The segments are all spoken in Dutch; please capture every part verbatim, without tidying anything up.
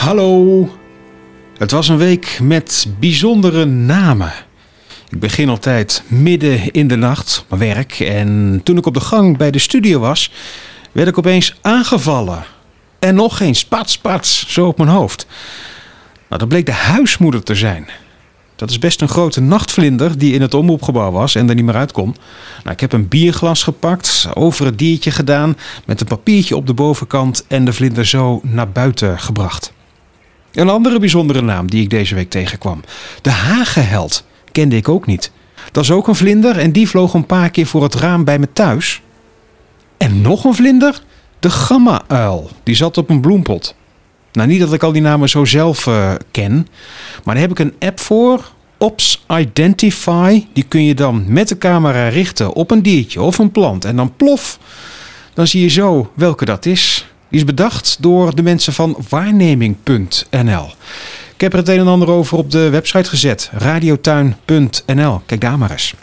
Hallo. Het was een week met bijzondere namen. Ik begin altijd midden in de nacht op mijn werk. En toen ik op de gang bij de studio was, werd ik opeens aangevallen. En nog geen spats, spats, zo op mijn hoofd. Nou, dat bleek de huismoeder te zijn. Dat is best een grote nachtvlinder die in het omroepgebouw was en er niet meer uit kon. Nou, ik heb een bierglas gepakt, over het diertje gedaan, met een papiertje op de bovenkant en de vlinder zo naar buiten gebracht. Een andere bijzondere naam die ik deze week tegenkwam. De hageheld. Kende ik ook niet. Dat is ook een vlinder en die vloog een paar keer voor het raam bij me thuis. En nog een vlinder? De gamma-uil. Die zat op een bloempot. Nou, niet dat ik al die namen zo zelf uh, ken. Maar daar heb ik een app voor. Ops Identify. Die kun je dan met de camera richten op een diertje of een plant. En dan plof. Dan zie je zo welke dat is. Die is bedacht door de mensen van waarneming punt n l. Ik heb er het een en ander over op de website gezet. radiotuin punt n l. Kijk daar maar eens.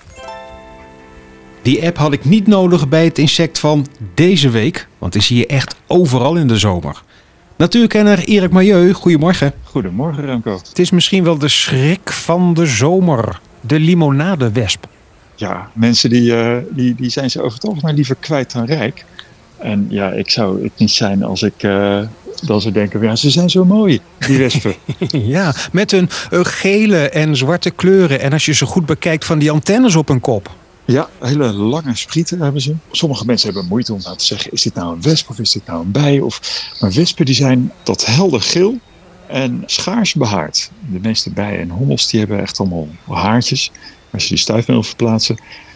Die app had ik niet nodig bij het insect van deze week. Want die zie je echt overal in de zomer. Natuurkenner Erik Mailleu, goedemorgen. Goedemorgen Remco. Het is misschien wel de schrik van de zomer. De limonadewesp. Ja, mensen die, uh, die, die zijn ze over het algemeen liever kwijt dan rijk. En ja, ik zou het niet zijn als ik uh, dan zou denken, ja, ze zijn zo mooi, die wespen. Ja, met hun uh, gele en zwarte kleuren. En als je ze goed bekijkt van die antennes op hun kop. Ja, hele lange sprieten hebben ze. Sommige mensen hebben moeite om nou te zeggen, is dit nou een wesp of is dit nou een bij? Of, maar wespen die zijn dat helder geel en schaars behaard. De meeste bijen en hommels die hebben echt allemaal haartjes. Als je die stuif wil verplaatsen.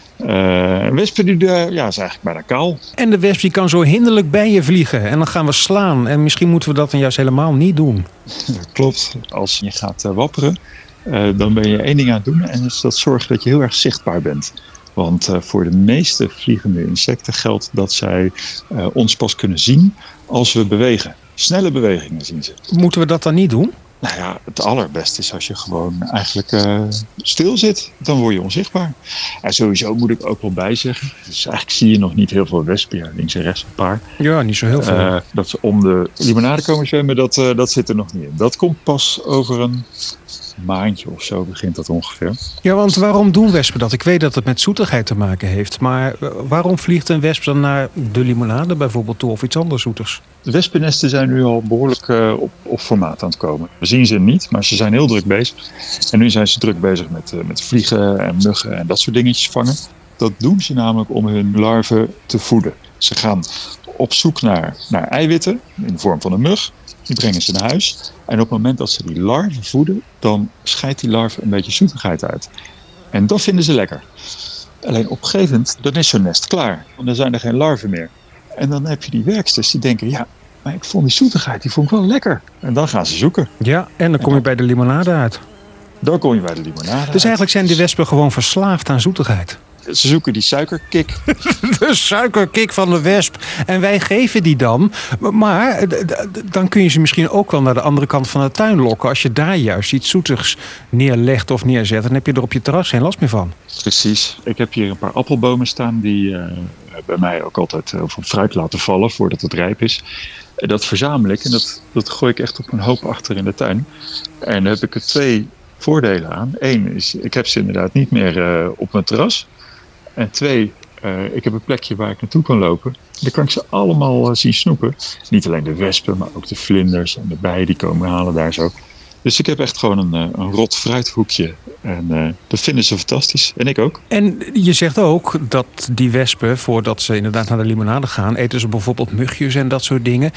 Uh, wespen die, uh, ja, is eigenlijk bijna kaal. En de wesp die kan zo hinderlijk bij je vliegen. En dan gaan we slaan. En misschien moeten we dat dan juist helemaal niet doen. Dat klopt. Als je gaat uh, wapperen, uh, dan ben je één ding aan het doen. En dat is dat zorgen dat je heel erg zichtbaar bent. Want uh, voor de meeste vliegende insecten geldt dat zij uh, ons pas kunnen zien als we bewegen. Snelle bewegingen zien ze. Moeten we dat dan niet doen? Nou ja, het allerbeste is als je gewoon eigenlijk uh, stil zit. Dan word je onzichtbaar. En sowieso moet ik ook wel bijzeggen. Dus eigenlijk zie je nog niet heel veel wespen. Ja, links en rechts een paar. Ja, niet zo heel veel. Uh, dat ze om de limonade komen zwemmen, dat, uh, dat zit er nog niet in. Dat komt pas over een maandje of zo begint dat ongeveer. Ja, want waarom doen wespen dat? Ik weet dat het met zoetigheid te maken heeft. Maar waarom vliegt een wesp dan naar de limonade bijvoorbeeld toe of iets anders zoeters? De wespennesten zijn nu al behoorlijk uh, op, op formaat aan het komen. We zien ze niet, maar ze zijn heel druk bezig. En nu zijn ze druk bezig met, uh, met vliegen en muggen en dat soort dingetjes vangen. Dat doen ze namelijk om hun larven te voeden. Ze gaan op zoek naar, naar eiwitten in de vorm van een mug. Die brengen ze naar huis. En op het moment dat ze die larven voeden, dan scheidt die larve een beetje zoetigheid uit. En dat vinden ze lekker. Alleen op een gegeven moment, dan is zo'n nest klaar. Want dan zijn er geen larven meer. En dan heb je die werksters die denken, ja, maar ik vond die zoetigheid, die vond ik wel lekker. En dan gaan ze zoeken. Ja, en dan kom je en dan, bij de limonade uit. Dan kom je bij de limonade uit. Dus eigenlijk zijn die wespen gewoon verslaafd aan zoetigheid. Ze zoeken die suikerkick. De suikerkick van de wesp. En wij geven die dan. Maar dan kun je ze misschien ook wel naar de andere kant van de tuin lokken. Als je daar juist iets zoetigs neerlegt of neerzet, dan heb je er op je terras geen last meer van. Precies. Ik heb hier een paar appelbomen staan die uh, bij mij ook altijd uh, van fruit laten vallen voordat het rijp is. Uh, dat verzamel ik en dat, dat gooi ik echt op een hoop achter in de tuin. En dan heb ik er twee voordelen aan. Eén is, ik heb ze inderdaad niet meer uh, op mijn terras. En twee, uh, ik heb een plekje waar ik naartoe kan lopen. Dan kan ik ze allemaal uh, zien snoepen. Niet alleen de wespen, maar ook de vlinders en de bijen die komen halen daar zo. Dus ik heb echt gewoon een, uh, een rot fruithoekje. En uh, dat vinden ze fantastisch. En ik ook. En je zegt ook dat die wespen, voordat ze inderdaad naar de limonade gaan, eten ze bijvoorbeeld mugjes en dat soort dingen.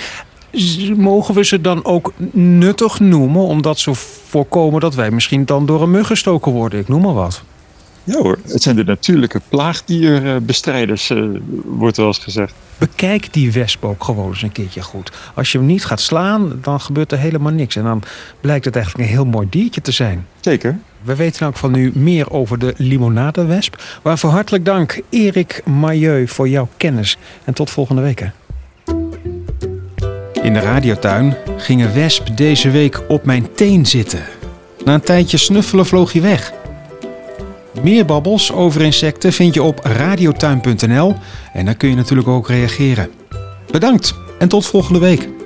Mogen we ze dan ook nuttig noemen, omdat ze voorkomen dat wij misschien dan door een mug gestoken worden? Ik noem maar wat. Ja hoor, het zijn de natuurlijke plaagdierbestrijders, uh, wordt wel eens gezegd. Bekijk die wesp ook gewoon eens een keertje goed. Als je hem niet gaat slaan, dan gebeurt er helemaal niks. En dan blijkt het eigenlijk een heel mooi diertje te zijn. Zeker. We weten ook van u meer over de limonadewesp. Waarvoor hartelijk dank, Erik Mailleu, voor jouw kennis. En tot volgende week. Hè. In de radiotuin ging een wesp deze week op mijn teen zitten. Na een tijdje snuffelen vloog hij weg. Meer babbels over insecten vind je op radiotuin punt n l en dan kun je natuurlijk ook reageren. Bedankt en tot volgende week.